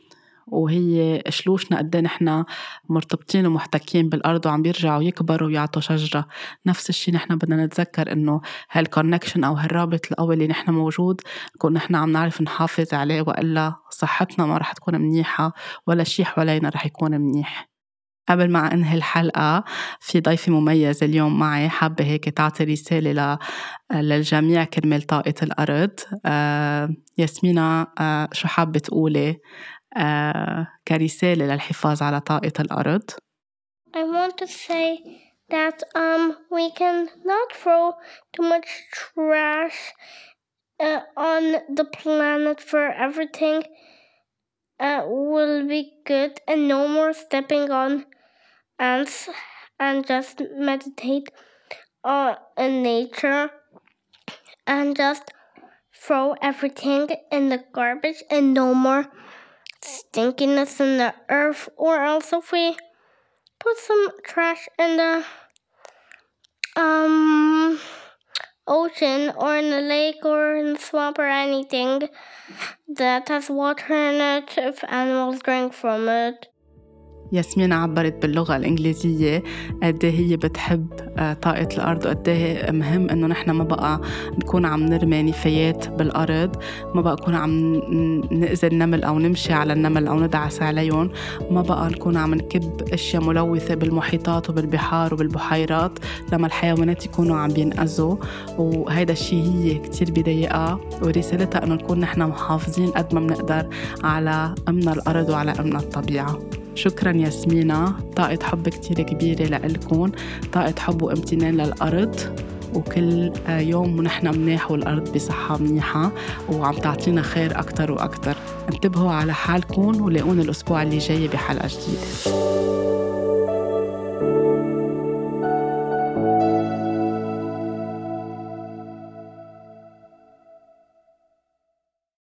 وهي شلوشنا قد ايه نحن مرتبطين ومحتكين بالأرض وعم بيرجعوا يكبروا ويعطوا شجرة. نفس الشيء نحن بدنا نتذكر إنه هالكونكشن أو هالرابط القوي اللي نحن موجود نكون نحن عم نعرف نحافظ عليه، وإلا صحتنا ما رح تكون منيحة ولا شيء حوالينا رح يكون منيح. قبل ما أنهي الحلقة في ضيفي مميز اليوم معي، حابة هيك تعطي رسالة للجميع كرمال طاقة الأرض. آه ياسمينة، آه شو حابة تقولي آه كرسالة للحفاظ على طاقة الأرض؟ I want to say that um we can not throw too much trash uh, on the planet, for everything uh, will be good, and no more stepping on ants, and just meditate uh, in nature and just throw everything in the garbage, and no more stinkiness in the earth. Or else if we put some trash in the um ocean or in the lake or in the swamp or anything that has water in it, if animals drink from it. ياسمين عبرت باللغة الإنجليزية قد هي بتحب طاقة الأرض، وقد مهم إنه نحن ما بقى نكون عم نرمي نفايات بالأرض، ما بقى نكون عم نأذي النمل أو نمشي على النمل أو ندعس عليهم، ما بقى نكون عم نكب أشياء ملوثة بالمحيطات وبالبحار وبالبحيرات لما الحيوانات يكونوا عم بينأذوا. وهيدا الشيء هي كتير بضايقها، ورسالتها إنه نكون نحن محافظين قد ما بنقدر على أمنا الأرض وعلى أمنا الطبيعة. شكراً ياسمينة، طاقة حب كتير كبيرة لألكن، طاقة حب وامتنان للأرض، وكل يوم ونحن منيح والأرض بصحة منيحة وعم تعطينا خير أكتر وأكتر. انتبهوا على حالكم ولاقون الأسبوع اللي جاي بحلقة جديدة.